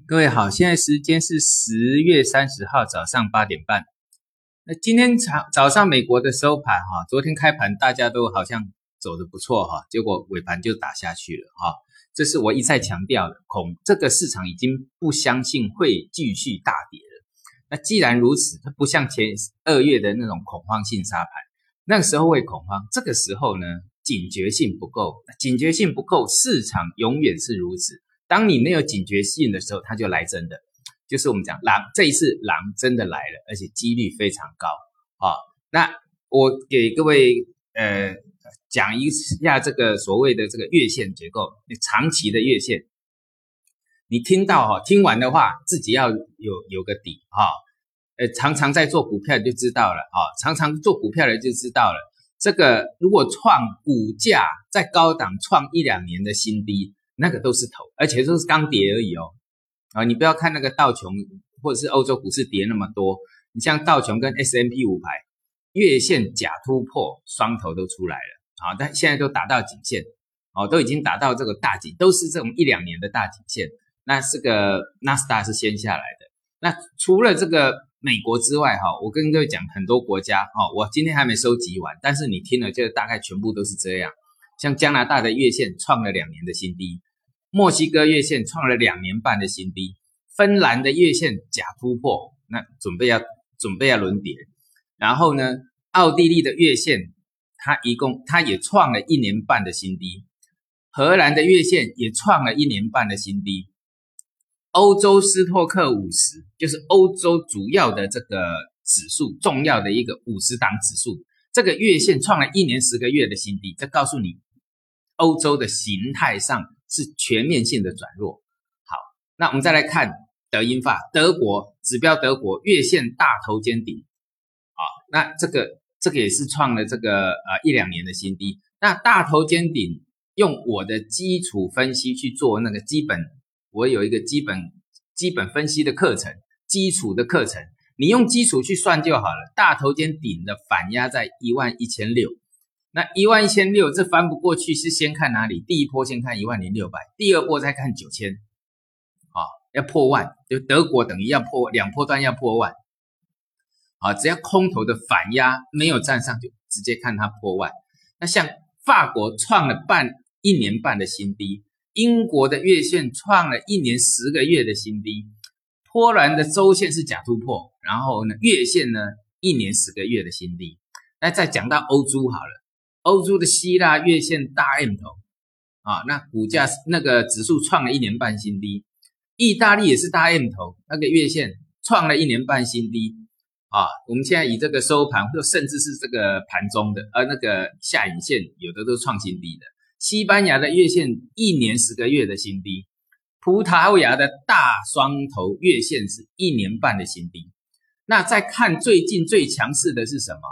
各位好，现在时间是10月30号早上8点半。那今天早上美国的收盘昨天开盘大家都好像走得不错结果尾盘就打下去了这是我一再强调的，这个市场已经不相信会继续大跌了。那既然如此，它不像前2月的那种恐慌性杀盘，那个时候会恐慌，这个时候呢警觉性不够，警觉性不够，市场永远是如此。当你没有警觉性的时候，它就来真的，就是我们讲狼，这一次狼真的来了，而且几率非常高那我给各位讲一下这个所谓的这个月线结构，长期的月线，你听完的话，自己要有个底常常在做股票就知道了常常做股票的就知道了，这个如果股价在高档创1-2年的新低，那个都是头，而且都是刚跌而已你不要看那个道琼或者是欧洲股市跌那么多，你像道琼跟 S&P 500月线假突破，双头都出来了但现在都达到颈线都已经达到这个大颈，都是这种1-2年的大颈线。那这个纳斯达是先下来的。那除了这个美国之外我跟各位讲很多国家我今天还没收集完，但是你听了就大概全部都是这样。像加拿大的月线创了2年的新低，墨西哥月线创了2年半的新低，芬兰的月线假突破，那准备要轮跌。然后呢，奥地利的月线它也创了1年半的新低，荷兰的月线也创了1年半的新低。欧洲斯托克50就是欧洲主要的这个指数，重要的一个50档指数，这个月线创了1年10个月的新低，这告诉你欧洲的形态上是全面性的转弱。好，那我们再来看德英法，德国指标，德国月线大头肩顶那这个也是创了这个1-2年的新低。那大头肩顶用我的基础分析去做那个我有一个基本分析的课程，基础的课程，你用基础去算就好了。大头肩顶的反压在11600，那11600这翻不过去，是先看哪里？第一波先看10600，第二波再看9000要破万，就德国等于要2波段要破万只要空头的反压没有站上，就直接看它破万。那像法国创了1年半的新低，英国的月线创了1年10个月的新低，波兰的周线是假突破，然后呢月线呢1年10个月的新低。那再讲到欧洲好了，欧洲的希腊月线大 M 头那股价那个指数创了1年半新低，意大利也是大 M 头，那个月线创了1年半新低我们现在以这个收盘或甚至是这个盘中的那个下影线有的都创新低的。西班牙的月线1年10个月的新低，葡萄牙的大双头月线是1年半的新低。那再看最近最强势的是什么？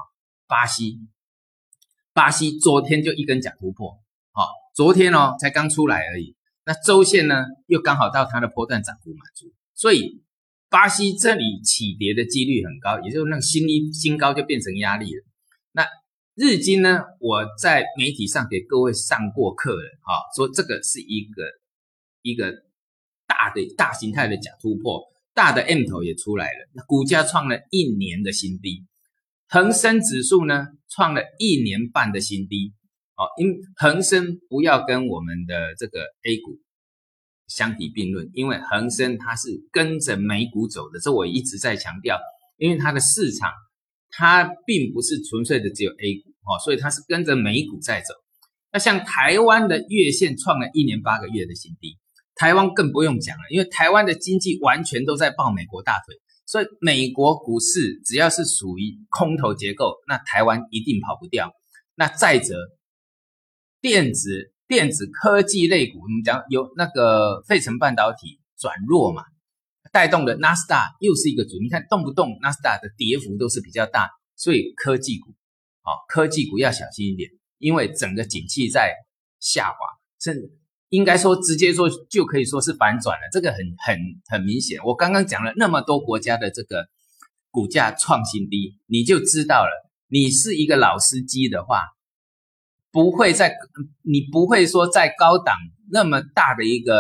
巴西昨天就一根假突破昨天才刚出来而已。那周线呢又刚好到它的波段涨幅满足，所以巴西这里起跌的几率很高，也就是那个新高就变成压力了。那日经呢，我在媒体上给各位上过课了说这个是一个大形态的假突破，大的 M 头也出来了，那股价创了1年的新低。恒生指数呢创了1年半的新低因为恒生不要跟我们的这个 A 股相提并论，因为恒生它是跟着美股走的，这我一直在强调，因为它的市场它并不是纯粹的只有 A 股所以它是跟着美股在走。那像台湾的月线创了1年8个月的新低，台湾更不用讲了，因为台湾的经济完全都在抱美国大腿，所以美国股市只要是属于空头结构，那台湾一定跑不掉。那再者电子科技类股，我们讲有那个费城半导体转弱嘛，带动的纳斯达又是一个组，你看动不动纳斯达的跌幅都是比较大，所以科技股要小心一点，因为整个景气在下滑，甚至应该说直接说就可以说是反转了，这个很明显。我刚刚讲了那么多国家的这个股价创新低，你就知道了，你是一个老司机的话，你不会说在高档那么大的一个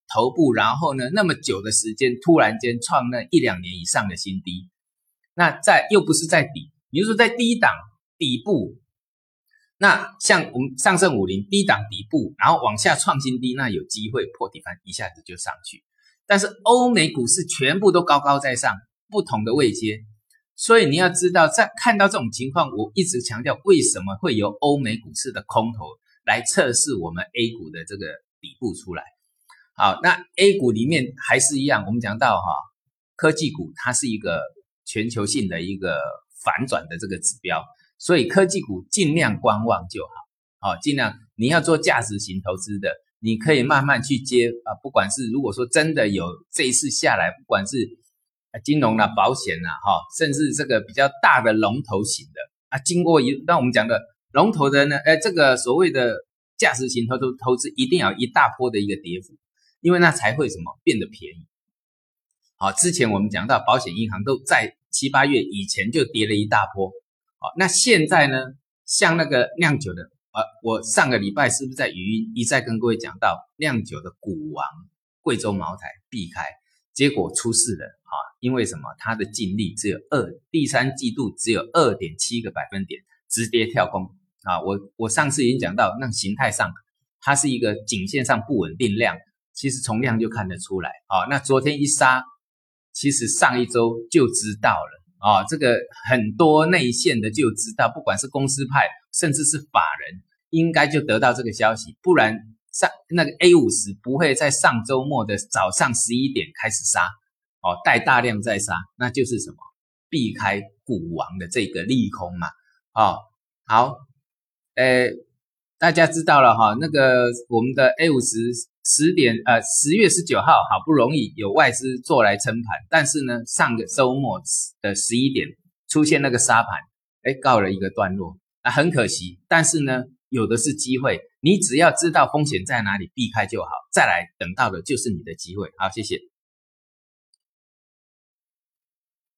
头部，然后呢那么久的时间突然间创那1-2年以上的新低，那又不是在底，比如说在低档底部，那像我们上证50低档底部，然后往下创新低，那有机会破底翻一下子就上去。但是欧美股市全部都高高在上，不同的位阶，所以你要知道，在看到这种情况，我一直强调为什么会由欧美股市的空头来测试我们 A 股的这个底部出来。好，那 A 股里面还是一样，我们讲到科技股它是一个全球性的一个反转的这个指标，所以科技股尽量观望就好，尽量你要做价值型投资的，你可以慢慢去接不管是如果说真的有这一次下来，不管是金融啦、保险啦，甚至这个比较大的龙头型的经过那我们讲的龙头的呢，这个所谓的价值型投资一定要有一大波的一个跌幅，因为那才会什么变得便宜。好，之前我们讲到保险银行都在7、8月以前就跌了一大波。好，那现在呢，像那个酿酒的，我上个礼拜是不是在语音一再跟各位讲到酿酒的股王贵州茅台避开，结果出事了因为什么？它的净利只有第三季度只有 2.7 个百分点，直跌跳空我上次已经讲到，那形态上它是一个颈线上不稳定量，其实从量就看得出来那昨天一杀，其实上一周就知道了这个很多内线的就知道，不管是公司派甚至是法人，应该就得到这个消息，不然那个 A50 不会在上周末的早上11点开始杀带大量再杀，那就是什么？避开股王的这个利空嘛好大家知道了那个我们的 A50 10月19号好不容易有外资做来撑盘，但是呢上个周末的11点出现那个杀盘告了一个段落，很可惜，但是呢有的是机会，你只要知道风险在哪里避开就好，再来等到的就是你的机会。好，谢谢。